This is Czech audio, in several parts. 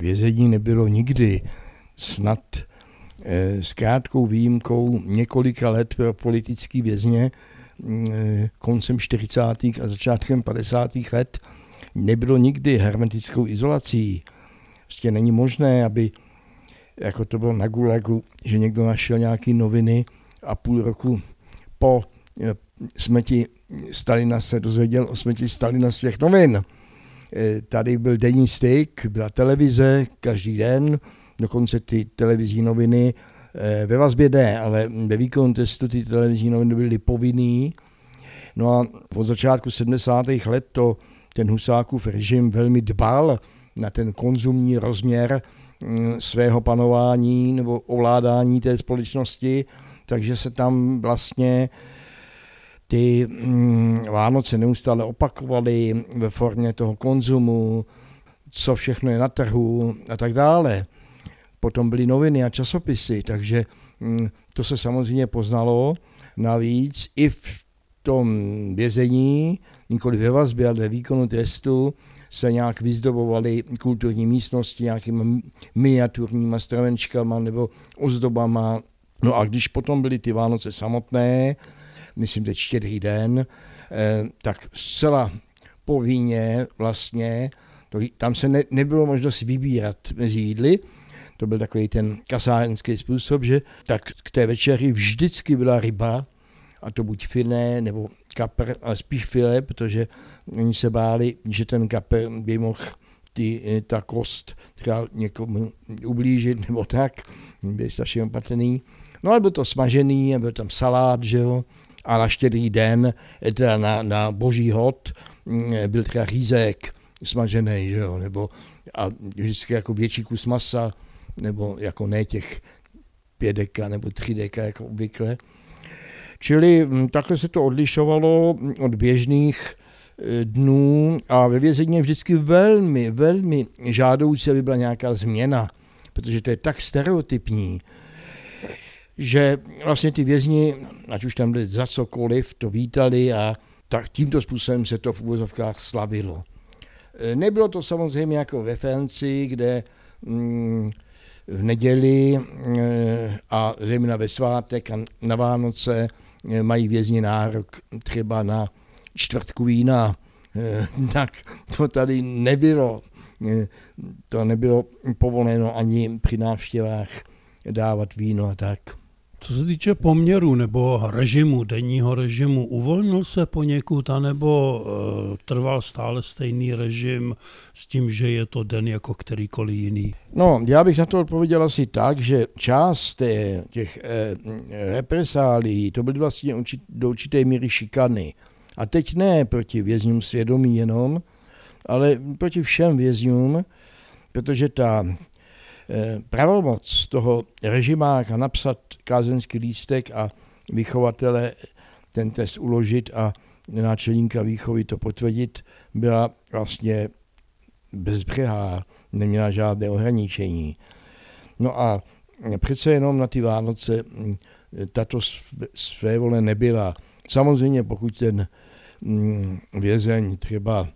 vězení nebylo nikdy. Snad s krátkou výjimkou několika let pro politický vězně koncem 40. a začátkem 50. let nebylo nikdy hermetickou izolací. Prostě není možné, aby, jako to bylo na Gulagu, že někdo našel nějaké noviny a půl roku po smrti Stalina se dozvěděl o smrti Stalina z těch novin. Tady byl denní styk, byla televize každý den, dokonce ty televizní noviny ve vazbě ne, ale ve výkonu testu ty televizní noviny byly povinný. No a od začátku 70. let ten Husákův režim velmi dbal na ten konzumní rozměr svého panování nebo ovládání té společnosti, takže se tam vlastně ty Vánoce neustále opakovaly ve formě toho konzumu, co všechno je na trhu a tak dále. Potom byly noviny a časopisy, takže to se samozřejmě poznalo. Navíc i v tom vězení, nikoli ve vazbě, ale ve výkonu trestu, se nějak vyzdobovaly kulturní místnosti nějakými miniaturníma stravenčkama nebo ozdobama. No a když potom byly ty Vánoce samotné, myslím teď Štědrý den, tak zcela povinně vlastně, tam se nebylo možno si vybírat mezi jídly, to byl takový ten kasárenský způsob, že tak k té večeři vždycky byla ryba, a to buď finé nebo kapr, ale spíš filet, protože oni se báli, že ten kapr by mohl ta kost třeba někomu ublížit nebo tak, byl strašně opatrný. No ale byl to smažený a byl tam salát, že jo, a na Štědrý den, teda na boží hod, byl třeba rýzek smažený, že jo, nebo a vždycky jako větší kus masa, nebo jako ne těch 5 deka nebo 3 deka jako obvykle. Čili takhle se to odlišovalo od běžných dnů a ve vězení je vždycky velmi, velmi žádoucí, aby byla nějaká změna, protože to je tak stereotypní, že vlastně ty vězni, ať už tam byli za cokoliv, to vítali a tak tímto způsobem se to v uvozovkách slavilo. Nebylo to samozřejmě jako ve Francii, kde v neděli a zejména ve svátek a na Vánoce mají vězni nárok třeba na čtvrtku vína. Tak to tady nebylo. To nebylo povoleno ani při návštěvách dávat víno a tak. Co se týče poměru nebo režimu, denního režimu, uvolnil se poněkud, anebo trval stále stejný režim s tím, že je to den jako kterýkoliv jiný? No, já bych na to odpověděl asi tak, že část těch represálií, to byly vlastně do určité míry šikany. A teď ne proti vězňům svědomí jenom, ale proti všem vězňům, protože ta pravomoc toho režimáka napsat kázeňský lístek a vychovatele ten test uložit a náčelníka výchovy to potvrdit byla vlastně bezbřehá, neměla žádné ohraničení. No a přece jenom na ty Vánoce tato svévole nebyla. Samozřejmě pokud ten vězeň třeba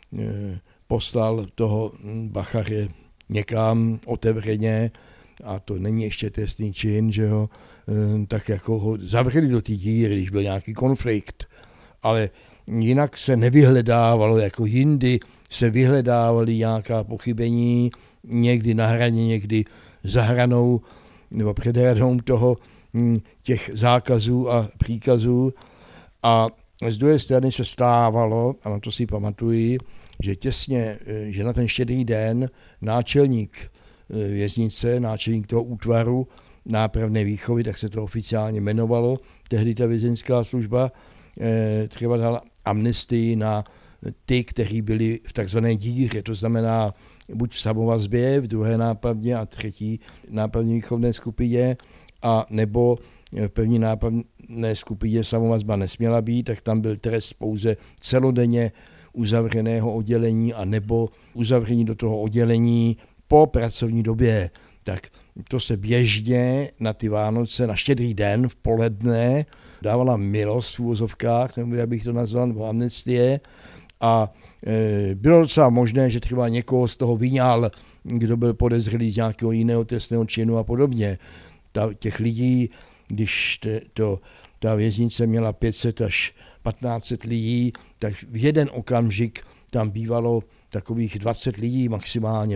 poslal toho bachaře někam otevřeně, a to není ještě trestný čin, že jo, tak jako ho zavřeli do té díry, když byl nějaký konflikt. Ale jinak se nevyhledávalo, jako jindy se vyhledávaly nějaká pochybení, někdy na hraně, někdy za hranou, nebo před hranou toho těch zákazů a příkazů. A z druhé strany se stávalo, a na to si pamatuji, že těsně, že na ten Štědrý den náčelník věznice, náčelník toho útvaru nápravné výchovy, tak se to oficiálně jmenovalo, tehdy ta vězeňská služba, třeba dala amnestii na ty, kteří byli v takzvané díře, to znamená buď v samovazbě, v druhé nápravně a třetí nápravně výchovné skupině, a nebo v první nápravné skupině samovazba nesměla být, tak tam byl trest pouze celodenně uzavřeného oddělení a nebo uzavření do toho oddělení po pracovní době. Tak to se běžně na ty Vánoce, na Štědrý den v poledne dávala milost v uvozovkách, nebo jak bych to nazval, nebo amnestie. A bylo docela možné, že třeba někoho z toho vyňal kdo byl podezřelý z nějakého jiného trestného činu a podobně. Těch lidí, když ta věznice měla 500 až 1500 lidí, tak v jeden okamžik tam bývalo takových 20 lidí maximálně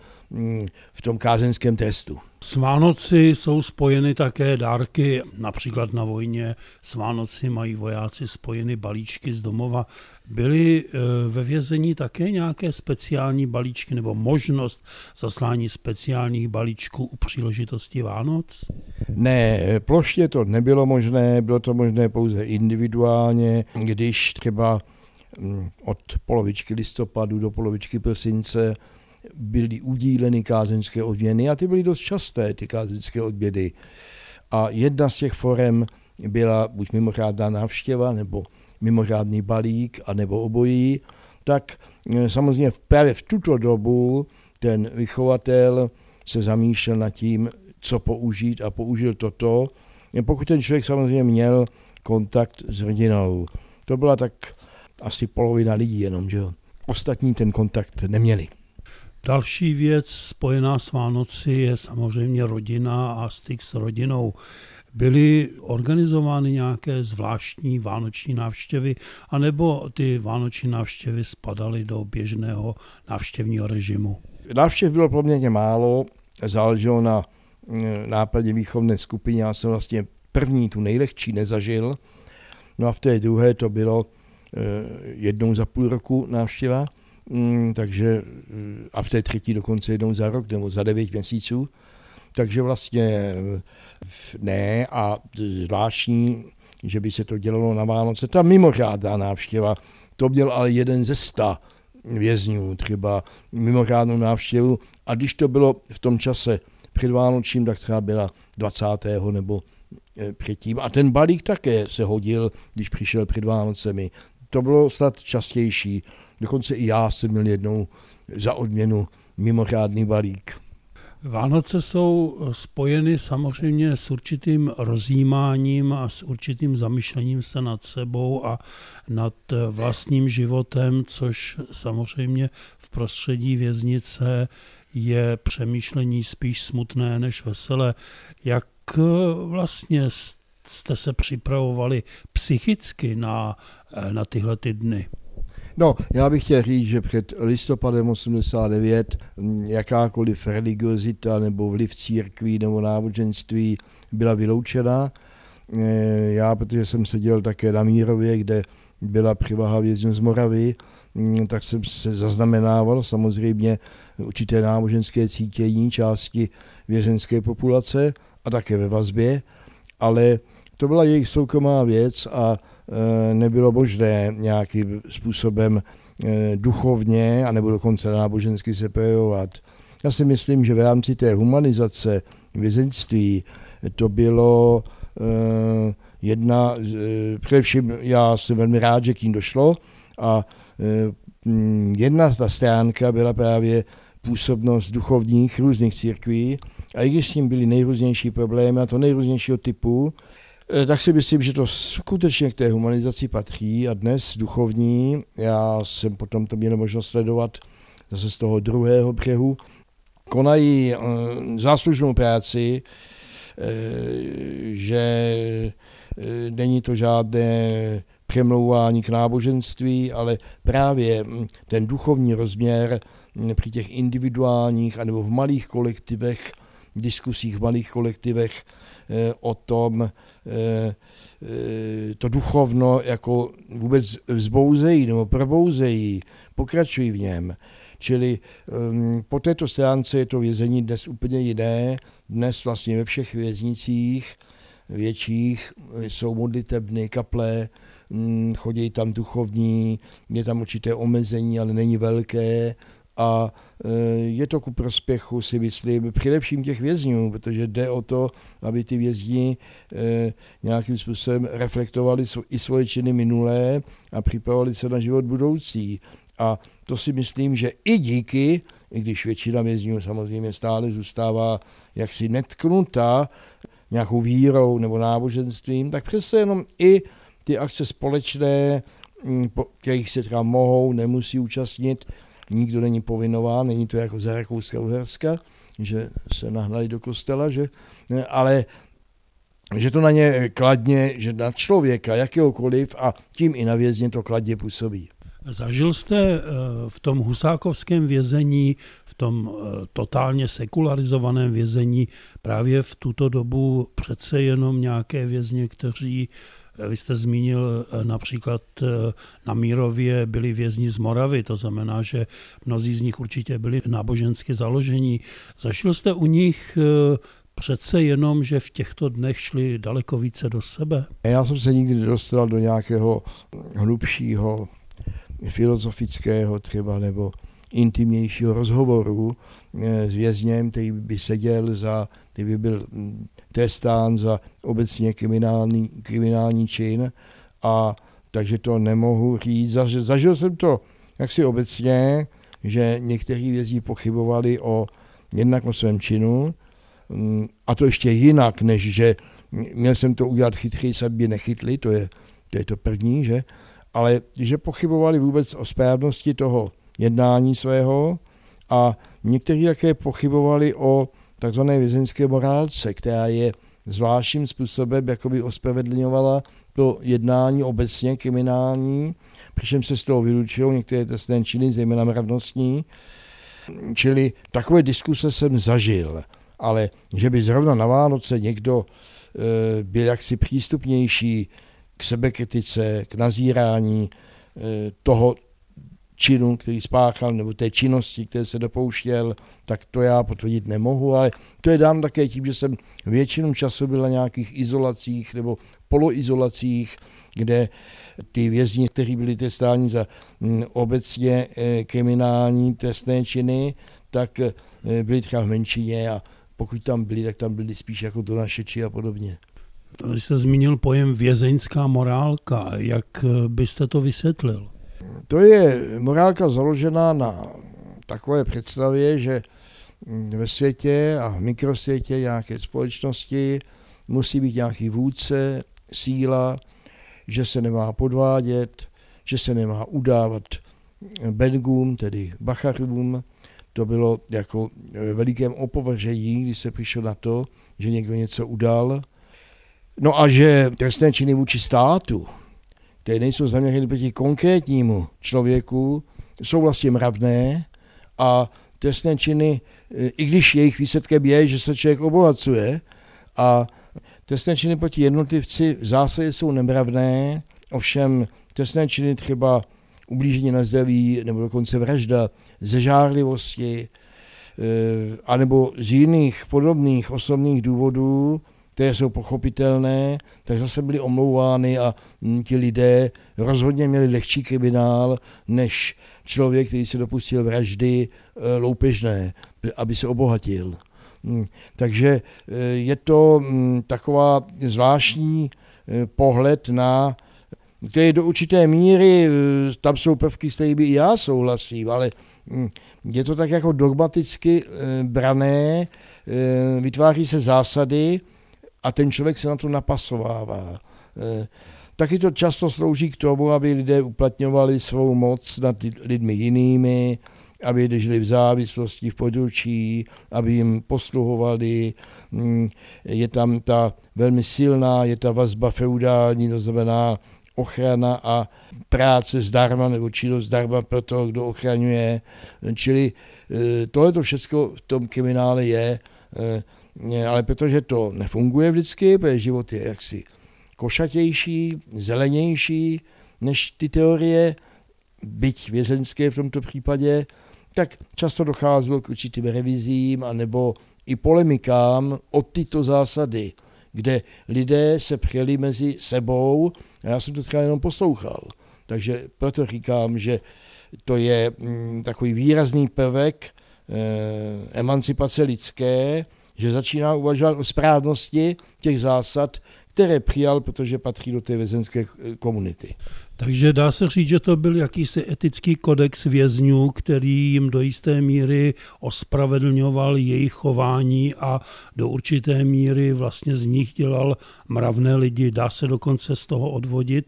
v tom kázeňském trestu. S Vánoci jsou spojeny také dárky, například na vojně s Vánoci mají vojáci spojeny balíčky z domova. Byly ve vězení také nějaké speciální balíčky nebo možnost zaslání speciálních balíčků u příležitosti Vánoc? Ne, plošně to nebylo možné, bylo to možné pouze individuálně, když třeba od polovičky listopadu do polovičky prosince byly udíleny kázeňské odměny a ty byly dost časté, ty kázeňské odměny. A jedna z těch forem byla buď mimořádná návštěva, nebo mimořádný balík, anebo obojí. Tak samozřejmě právě v tuto dobu ten vychovatel se zamýšlel nad tím, co použít a použil toto, pokud ten člověk samozřejmě měl kontakt s rodinou. To byla tak asi polovina lidí jenom, že jo. Ostatní ten kontakt neměli. Další věc spojená s Vánoci je samozřejmě rodina a styk s rodinou. Byly organizovány nějaké zvláštní vánoční návštěvy, anebo ty vánoční návštěvy spadaly do běžného návštěvního režimu? Návštěv bylo poměrně málo, záleželo na nápadě výchovné skupině. Já jsem vlastně první, tu nejlehčí nezažil. No a v té druhé to bylo jednou za půl roku návštěva, takže a v té třetí dokonce jednou za rok nebo za 9 měsíců. Takže vlastně ne a zvláštní, že by se to dělalo na Vánoce. Ta mimořádná návštěva, to byl ale jeden ze 100 vězňů, třeba mimořádnou návštěvu. A když to bylo v tom čase předvánočním, tak třeba byla 20. nebo předtím. A ten balík také se hodil, když přišel před Vánocemi. To bylo snad častější. Dokonce i já jsem měl jednou za odměnu mimořádný balík. Vánoce jsou spojeny samozřejmě s určitým rozjímáním a s určitým zamyšlením se nad sebou a nad vlastním životem, což samozřejmě v prostředí věznice je přemýšlení spíš smutné než veselé. Jak vlastně jste se připravovali psychicky na tyhle ty dny? No, já bych chtěl říct, že před listopadem 89 jakákoliv religiozita nebo vliv církví nebo náboženství byla vyloučena. Já, protože jsem seděl také na Mírově, kde byla převaha vězňů z Moravy, tak jsem se zaznamenával samozřejmě určité náboženské cítění části vězenské populace a také ve vazbě, ale to byla jejich soukromá věc a nebylo možné nějakým způsobem duchovně anebo dokonce nábožensky se projevovat. Já si myslím, že v rámci té humanizace vězeňství to bylo především já jsem velmi rád, že k tím došlo a jedna ta stránka byla právě působnost duchovních různých církví a i když s tím byly nejrůznější problémy a to nejrůznějšího typu, tak si myslím, že to skutečně k té humanizaci patří a dnes duchovní, já jsem potom to měl možnost sledovat zase z toho druhého břehu, konají záslužnou práci, že není to žádné přemlouvání k náboženství, ale právě ten duchovní rozměr při těch individuálních anebo v malých kolektivech, diskusích v malých kolektivech o tom, to duchovno jako vůbec vzbouzejí nebo probouzejí, pokračují v něm. Čili po této stránce je to vězení dnes úplně jiné. Dnes vlastně ve všech věznicích větších jsou modlitebny, kaple, chodí tam duchovní, je tam určité omezení, ale není velké a je to ku prospěchu, si myslím, především těch vězňů, protože jde o to, aby ty vězni nějakým způsobem reflektovali i svoje činy minulé a připravovali se na život budoucí. A to si myslím, že i díky, i když většina vězňů samozřejmě stále zůstává jaksi netknutá nějakou vírou nebo náboženstvím, tak přesto jenom i ty akce společné, kterých se třeba mohou, nemusí účastnit, nikdo není povinován, není to jako za Rakouska-Uherska, že se nahnali do kostela, že? Ale že to na ně kladně, že na člověka jakéhokoliv a tím i na vězně to kladně působí. Zažil jste v tom husákovském vězení, v tom totálně sekularizovaném vězení právě v tuto dobu přece jenom nějaké vězně, kteří, vy jste zmínil například na Mírově byli vězni z Moravy, to znamená, že mnozí z nich určitě byli nábožensky založení. Zažil jste u nich přece jenom, že v těchto dnech šli daleko více do sebe? Já jsem se nikdy nedostal do nějakého hlubšího filozofického třeba nebo intimnějšího rozhovoru s vězněm, který by seděl který by byl trestán za obecně kriminální čin, a takže to nemohu říct. Zažil jsem to jaksi obecně, že někteří vězni pochybovali jednak o svém činu, a to ještě jinak, než že měl jsem to udělat chytrý, se by nechytli, to je to první, že? Ale že pochybovali vůbec o správnosti toho jednání svého, a někteří také pochybovali o takzvané vězeňské morálce, která je zvláštním způsobem jakoby ospravedlňovala to jednání obecně kriminální, přičemž se z toho vylučují některé trestné činy, zejména mravnostní. Čili takové diskuse jsem zažil, ale že by zrovna na Vánoce někdo byl jaksi přístupnější k sebekritice, k nazírání toho činu, který spáchal, nebo té činnosti, které se dopouštěl, tak to já potvrdit nemohu, ale to je dám také tím, že jsem většinu času byl na nějakých izolacích nebo poloizolacích, kde ty vězni, kteří byli trestáni za obecně kriminální trestné činy, tak byli třeba v menšině, a pokud tam byli, tak tam byli spíš jako donašeči a podobně. Vy jste zmínil pojem vězeňská morálka. Jak byste to vysvětlil? To je morálka založená na takové představě, že ve světě a v mikrosvětě nějaké společnosti musí být nějaký vůdce, síla, že se nemá podvádět, že se nemá udávat bedgům, tedy bacharům. To bylo jako velikém opovržení, když se přišlo na to, že někdo něco udal. No a že trestné činy vůči státu, které nejsou zaměřeny proti konkrétnímu člověku, jsou vlastně mravné, a trestné činy, i když jejich výsledkem je, že se člověk obohacuje, a trestné činy proti jednotlivci v zásadě jsou nemravné, ovšem trestné činy třeba ublížení na zdraví nebo dokonce vražda ze žárlivosti anebo z jiných podobných osobních důvodů, které jsou pochopitelné, tak zase byly omlouvány, a ti lidé rozhodně měli lehčí kriminál než člověk, který se dopustil vraždy loupežné, aby se obohatil. Takže je to taková zvláštní pohled na, který do určité míry, tam jsou prvky, s kterými i já souhlasím, ale je to tak jako dogmaticky brané, vytváří se zásady a ten člověk se na to napasovává. Taky to často slouží k tomu, aby lidé uplatňovali svou moc nad lidmi jinými, aby žili v závislosti, v područí, aby jim posluhovali. Je tam ta velmi silná, je ta vazba feudální, to znamená ochrana a práce zdarma nebo činnost zdarma pro toho, kdo ochraňuje. Čili tohle to všechno v tom kriminále je, ale protože to nefunguje vždycky, protože život je jaksi košatější, zelenější než ty teorie, byť vězeňské v tomto případě, tak často docházelo k určitým revizím anebo i polemikám o tyto zásady, kde lidé se přeli mezi sebou a já jsem to třeba jenom poslouchal. Takže proto říkám, že to je takový výrazný prvek emancipace lidské, že začíná uvažovat o správnosti těch zásad, které přijal, protože patří do té vězeňské komunity. Takže dá se říct, že to byl jakýsi etický kodex vězňů, který jim do jisté míry ospravedlňoval jejich chování a do určité míry vlastně z nich dělal mravné lidi. Dá se dokonce z toho odvodit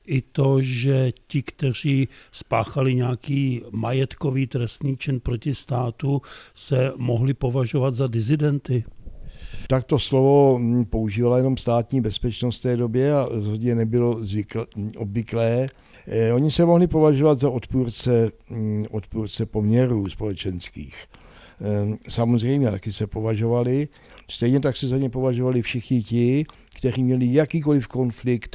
i to, že ti, kteří spáchali nějaký majetkový trestný čin proti státu, se mohli považovat za dizidenty? Tak to slovo používala jenom státní bezpečnost v té době a rozhodně nebylo obvyklé. Oni se mohli považovat za odpůrce poměrů společenských. Samozřejmě taky se považovali, stejně tak se za ně považovali všichni ti, kteří měli jakýkoliv konflikt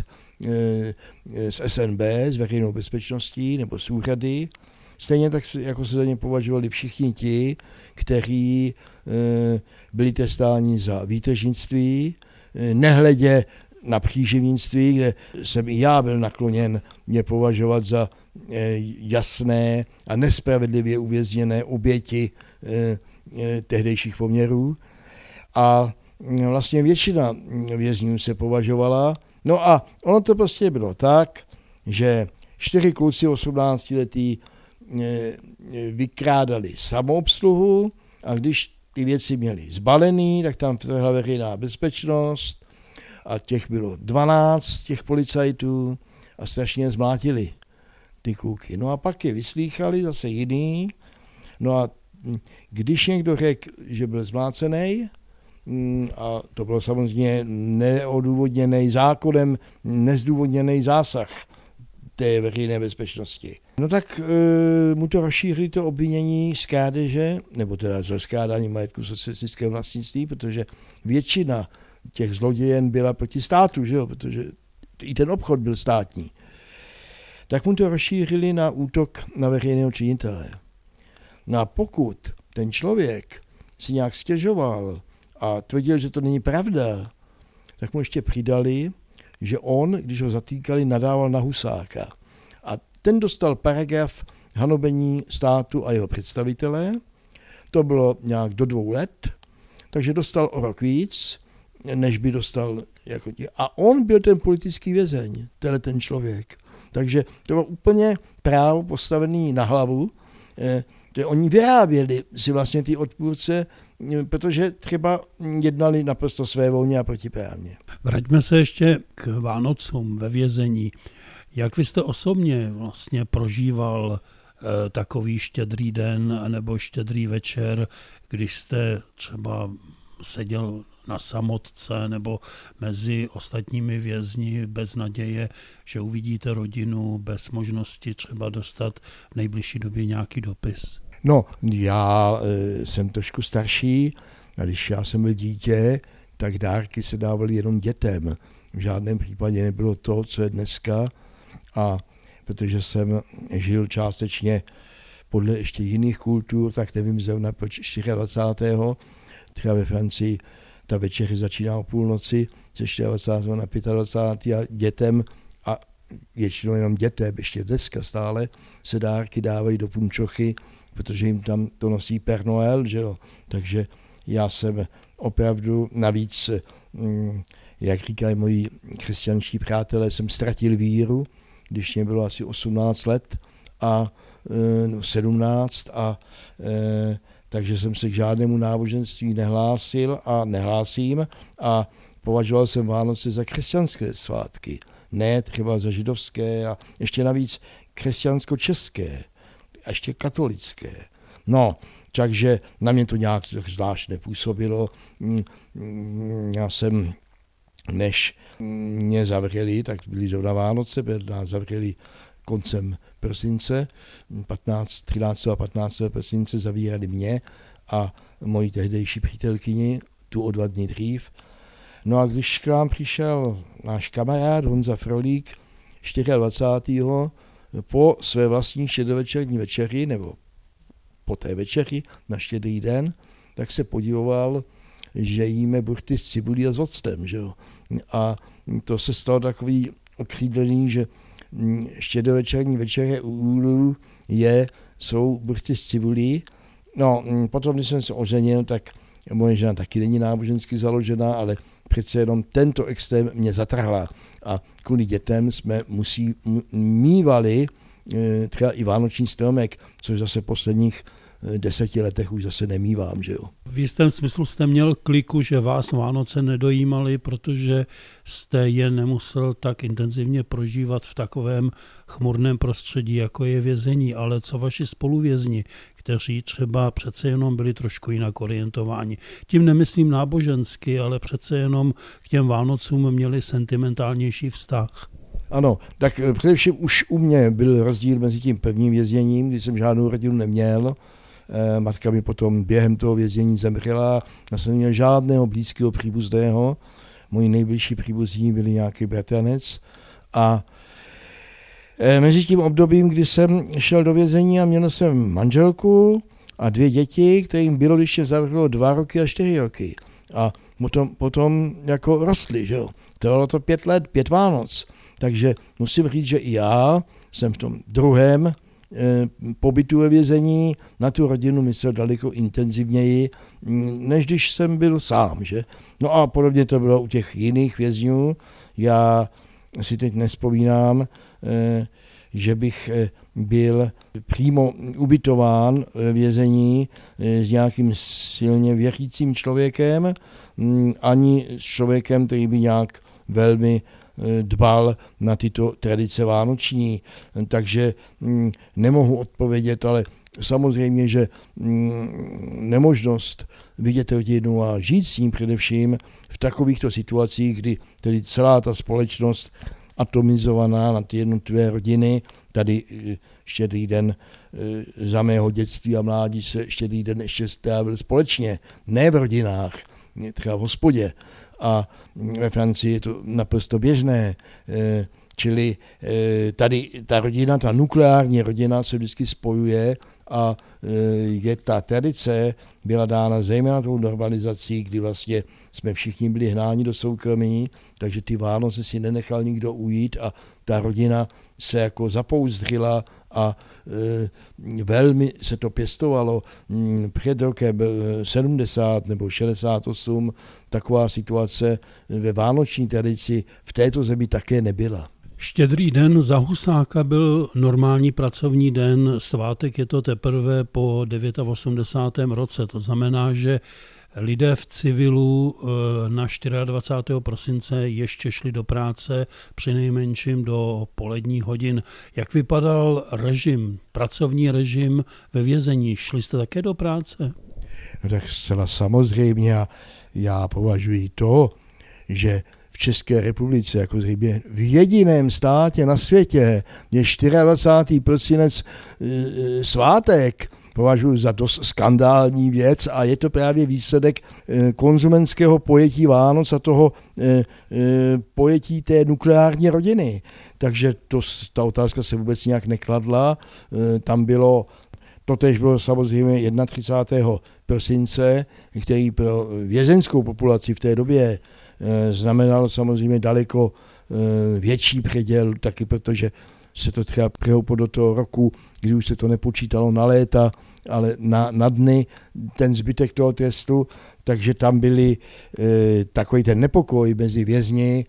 s SNB, s veřejnou bezpečností nebo s úřady. Stejně tak jako se za ně považovali všichni ti, kteří byli testáni za výtržnictví, nehledě na příživnictví, kde jsem i já byl nakloněn mě považovat za jasné a nespravedlivě uvězněné oběti tehdejších poměrů. A vlastně většina vězňů se považovala. No a ono to prostě bylo tak, že 4 kluci 18letí vykrádali samoobsluhu a když ty věci měli zbalený, tak tam vtrhla veřejná bezpečnost a těch bylo 12 těch policajtů a strašně zmlátili ty kluky. No a pak je vyslýchali zase jiný. No a když někdo řekl, že byl zmlácený, a to bylo samozřejmě neodůvodněný zákonem, nezdůvodněný zásah té veřejné bezpečnosti. No tak mu to rozšířili to obvinění z krádeže, nebo teda z rozkrádání majetku socialistického vlastnictví, protože většina těch zlodějen byla proti státu, že jo? Protože i ten obchod byl státní. Tak mu to rozšířili na útok na veřejného činitele. No a pokud ten člověk si nějak stěžoval a tvrdil, že to není pravda, tak mu ještě přidali, že on, když ho zatýkali, nadával na Husáka. A ten dostal paragraf hanobení státu a jeho představitele. To bylo nějak do 2 let, takže dostal o rok víc, než by dostal jako ti. A on byl ten politický vězeň, ten člověk. Takže to bylo úplně právo postavený na hlavu. Oni vyráběli si vlastně ty odpůrce, protože třeba jednali naprosto svévolně a protiprávně. Vraťme se ještě k Vánocům ve vězení. Jak vy jste osobně vlastně prožíval takový štědrý den nebo štědrý večer, když jste třeba seděl na samotce nebo mezi ostatními vězni bez naděje, že uvidíte rodinu, bez možnosti třeba dostat v nejbližší době nějaký dopis? No, já jsem trošku starší a když já jsem byl dítě, tak dárky se dávaly jenom dětem. V žádném případě nebylo to, co je dneska. A protože jsem žil částečně podle ještě jiných kultur, tak nevím zrovna proč 24. třeba ve Francii ta večeře začíná o půlnoci, ze 24. na 25. a dětem, a většinou jenom dětem, ještě dneska stále, se dárky dávají do punčochy, protože jim tam to nosí Père Noël, že jo. Takže já jsem opravdu navíc, jak říkají moji křesťanští přátelé, jsem ztratil víru, když mě bylo asi 18 let a 17 a takže jsem se k žádnému náboženství nehlásil a nehlásím a považoval jsem Vánoce za křesťanské svátky, ne třeba za židovské a ještě navíc křesťansko-české a ještě katolické. No, takže na mě to nějak zvlášť nepůsobilo. Já jsem, než mě zavřeli, tak byly zrovna Vánoce, nás zavřeli koncem prosince, 13. a 15. prosince zavírali mě a moji tehdejší přítelkyni, tu o 2 dny dřív. No a když k nám přišel náš kamarád Honza Frolík 24. po své vlastní štědrovečerní večeři, nebo po té večeři na štědrý den, tak se podivoval, že jíme buchty s cibulí a s octem. Že jo? A to se stalo takový okřídlený, že štědrovečerní večeře u Úlů jsou buchty s cibulí. No, potom, když jsem se oženil, tak moje žena taky není nábožensky založená, ale přece jenom tento extrém mě zatrhla. A kvůli dětem jsme mívali třeba i vánoční stromek, což zase posledních 10 letech už zase nemívám, že jo. V jistém smyslu jste měl kliku, že vás Vánoce nedojímaly, protože jste je nemusel tak intenzivně prožívat v takovém chmurném prostředí, jako je vězení, ale co vaši spoluvězni, kteří třeba přece jenom byli trošku jinak orientováni. Tím nemyslím nábožensky, ale přece jenom k těm Vánocům měli sentimentálnější vztah. Ano, tak především už u mě byl rozdíl mezi tím prvním vězněním, kdy jsem žádnou rodinu neměl. Matka mi potom během toho věznění zemřela. Já jsem neměl žádného blízkého příbuzného. Moji nejbližší příbuzní byli nějaký bratranec. A mezi tím obdobím, kdy jsem šel do vězení a měl jsem manželku a 2 děti, kterým bylo, když mě zavřelo 2 roky a 4 roky. A potom jako rostly, že jo. Trvalo to 5 let, 5 Vánoc. Takže musím říct, že i já jsem v tom druhém pobytu ve vězení na tu rodinu myslel daleko intenzivněji, než když jsem byl sám. Že? No a podobně to bylo u těch jiných vězňů. Já si teď nevzpomínám, že bych byl přímo ubytován ve vězení s nějakým silně věřícím člověkem, ani s člověkem, který by nějak velmi dbal na tyto tradice vánoční, takže nemohu odpovědět, ale samozřejmě, že nemožnost vidět rodinu a žít s ním především v takovýchto situacích, kdy tedy celá ta společnost atomizovaná na ty jednotlivé rodiny, tady Štědrý den za mého dětství a mládí se Štědrý den ještě strávil společně, ne v rodinách, třeba v hospodě. A ve Francii je to naprosto běžné, čili tady ta rodina, ta nukleární rodina se vždycky spojuje a je ta tradice byla dána zejména tou normalizací, kdy vlastně jsme všichni byli hnáni do soukromí, takže ty Vánoce si nenechal nikdo ujít a ta rodina se jako zapouzdřila a velmi se to pěstovalo. Před rokem 70 nebo 68 taková situace ve vánoční tradici v této zemi také nebyla. Štědrý den za Husáka byl normální pracovní den, svátek je to teprve po 89. roce. To znamená, že lidé v civilu na 24. prosince ještě šli do práce, přinejmenším do poledních hodin. Jak vypadal režim, pracovní režim ve vězení? Šli jste také do práce? No tak zcela samozřejmě já považuji to, že v České republice, jako zřejmě v jediném státě na světě, je 24. prosinec svátek, považuji za dost skandální věc a je to právě výsledek konzumentského pojetí Vánoc a toho pojetí té nukleární rodiny. Takže ta otázka se vůbec nějak nekladla. Tam bylo, totéž bylo samozřejmě 31. prosince, který pro vězeňskou populaci v té době znamenal samozřejmě daleko větší předěl, taky protože se to třeba přehouplo do toho roku, kdy už se to nepočítalo na léta, ale na dny, ten zbytek toho trestu, takže tam byly takový ten nepokoj mezi vězni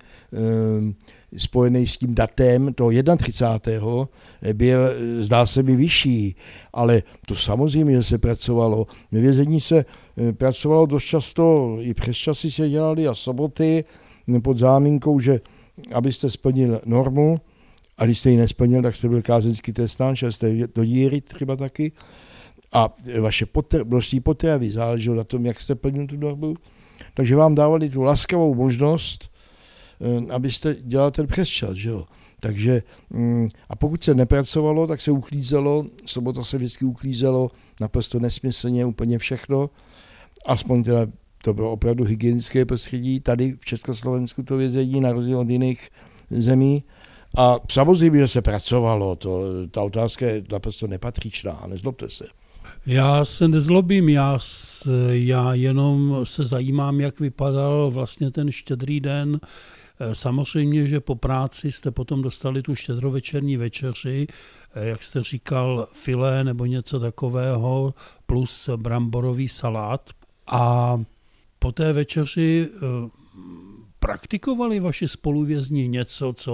spojený s tím datem toho 31. byl, zdá se mi, vyšší, ale to samozřejmě, že se pracovalo. Ve vězení se pracovalo dost často, i přes časy se dělali a soboty pod záminkou, že abyste splnil normu, a když jste ji nesplnil, tak jste byl kázeňský trestán, šel jste do díry třeba taky. A vaše množství potravy záleželo na tom, jak jste plnil tu normu. Takže vám dávali tu laskavou možnost, abyste dělal ten přesčas. Že jo? Takže, a pokud se nepracovalo, tak se uklízelo, sobota se vždycky uklízelo, naprosto nesmyslně úplně všechno. Aspoň teda to bylo opravdu hygienické prostředí, tady v Československu to vězení, na rozdíl od jiných zemí. A samozřejmě, že se pracovalo, ta otázka je naprosto nepatřičná, nezlobte se. Já se nezlobím, já jenom se zajímám, jak vypadal vlastně ten Štědrý den. Samozřejmě, že po práci jste potom dostali tu štědrovečerní večeři, jak jste říkal, filé nebo něco takového, plus bramborový salát. A po té večeři praktikovali vaši spoluvězni něco, co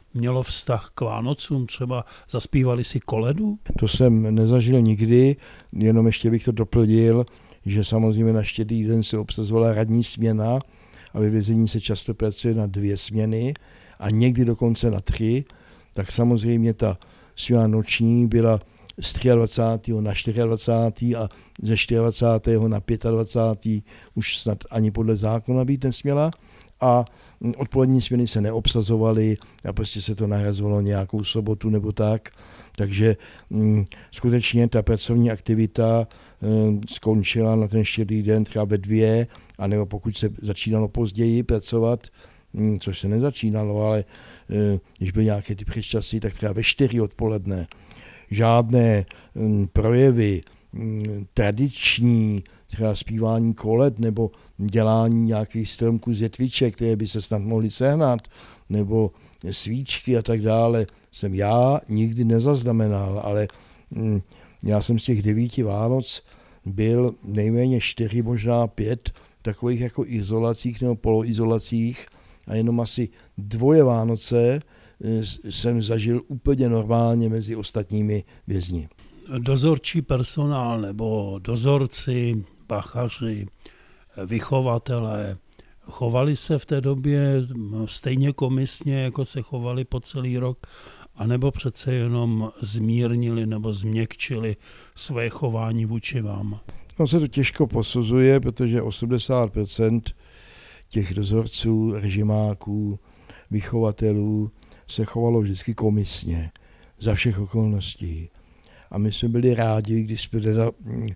mělo vztah k Vánocům? Třeba zaspívali si koledu? To jsem nezažil nikdy, jenom ještě bych to doplnil, že samozřejmě na Štědrý den se obsazovala ranní směna a ve vězení se často pracuje na 2 směny a někdy dokonce na 3, tak samozřejmě ta směna noční byla z 23. na 24. a ze 24. na 25. už snad ani podle zákona být nesměla a odpolední směny se neobsazovaly a prostě se to nahrazovalo nějakou sobotu nebo tak. Takže skutečně ta pracovní aktivita skončila na ten Štědrý den třeba ve 2, anebo pokud se začínalo později pracovat, což se nezačínalo, ale když byly nějaké ty přesčasy, tak třeba ve 4 odpoledne. Žádné projevy tradiční, třeba zpívání koled nebo dělání nějakých stromků z větviček, které by se snad mohly sehnat, nebo svíčky a tak dále, jsem já nikdy nezaznamenal, ale já jsem z těch 9 Vánoc byl nejméně 4, možná 5 takových jako izolacích nebo poloizolacích a jenom asi 2 Vánoce jsem zažil úplně normálně mezi ostatními vězni. Dozorčí personál nebo dozorci, bachaři, vychovatelé chovali se v té době stejně komisně, jako se chovali po celý rok, anebo přece jenom zmírnili nebo změkčili své chování vůči vám? No se to těžko posuzuje, protože 80% těch dozorců, režimáků, vychovatelů se chovalo vždycky komisně, za všech okolností. A my jsme byli rádi, když jsme teda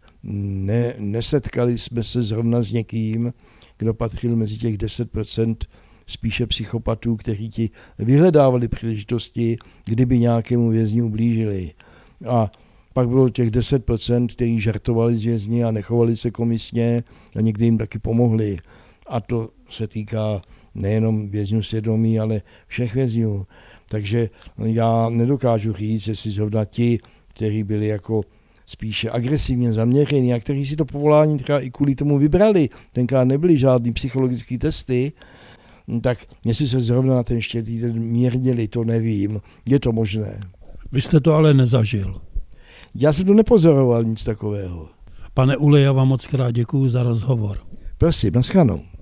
nesetkali jsme se zrovna s někým, kdo patřil mezi těch 10% spíše psychopatů, kteří ti vyhledávali příležitosti, kdyby nějakému vězni ublížili. A pak bylo těch 10%, kteří žartovali z vězni a nechovali se komisně a někdy jim taky pomohli. A to se týká nejenom vězňů svědomí, ale všech vězňů. Takže já nedokážu říct, jestli zrovna ti, kteří byli jako spíše agresivně zaměření a kteří si to povolání třeba i kvůli tomu vybrali, tenkrát nebyly žádný psychologické testy, tak jestli se zrovna na ten Štědrý den mírnili, to nevím. Je to možné. Vy jste to ale nezažil. Já jsem to nepozoroval nic takového. Pane Ule, já vám moc krát děkuju za rozhovor. Prosím, naschledanou.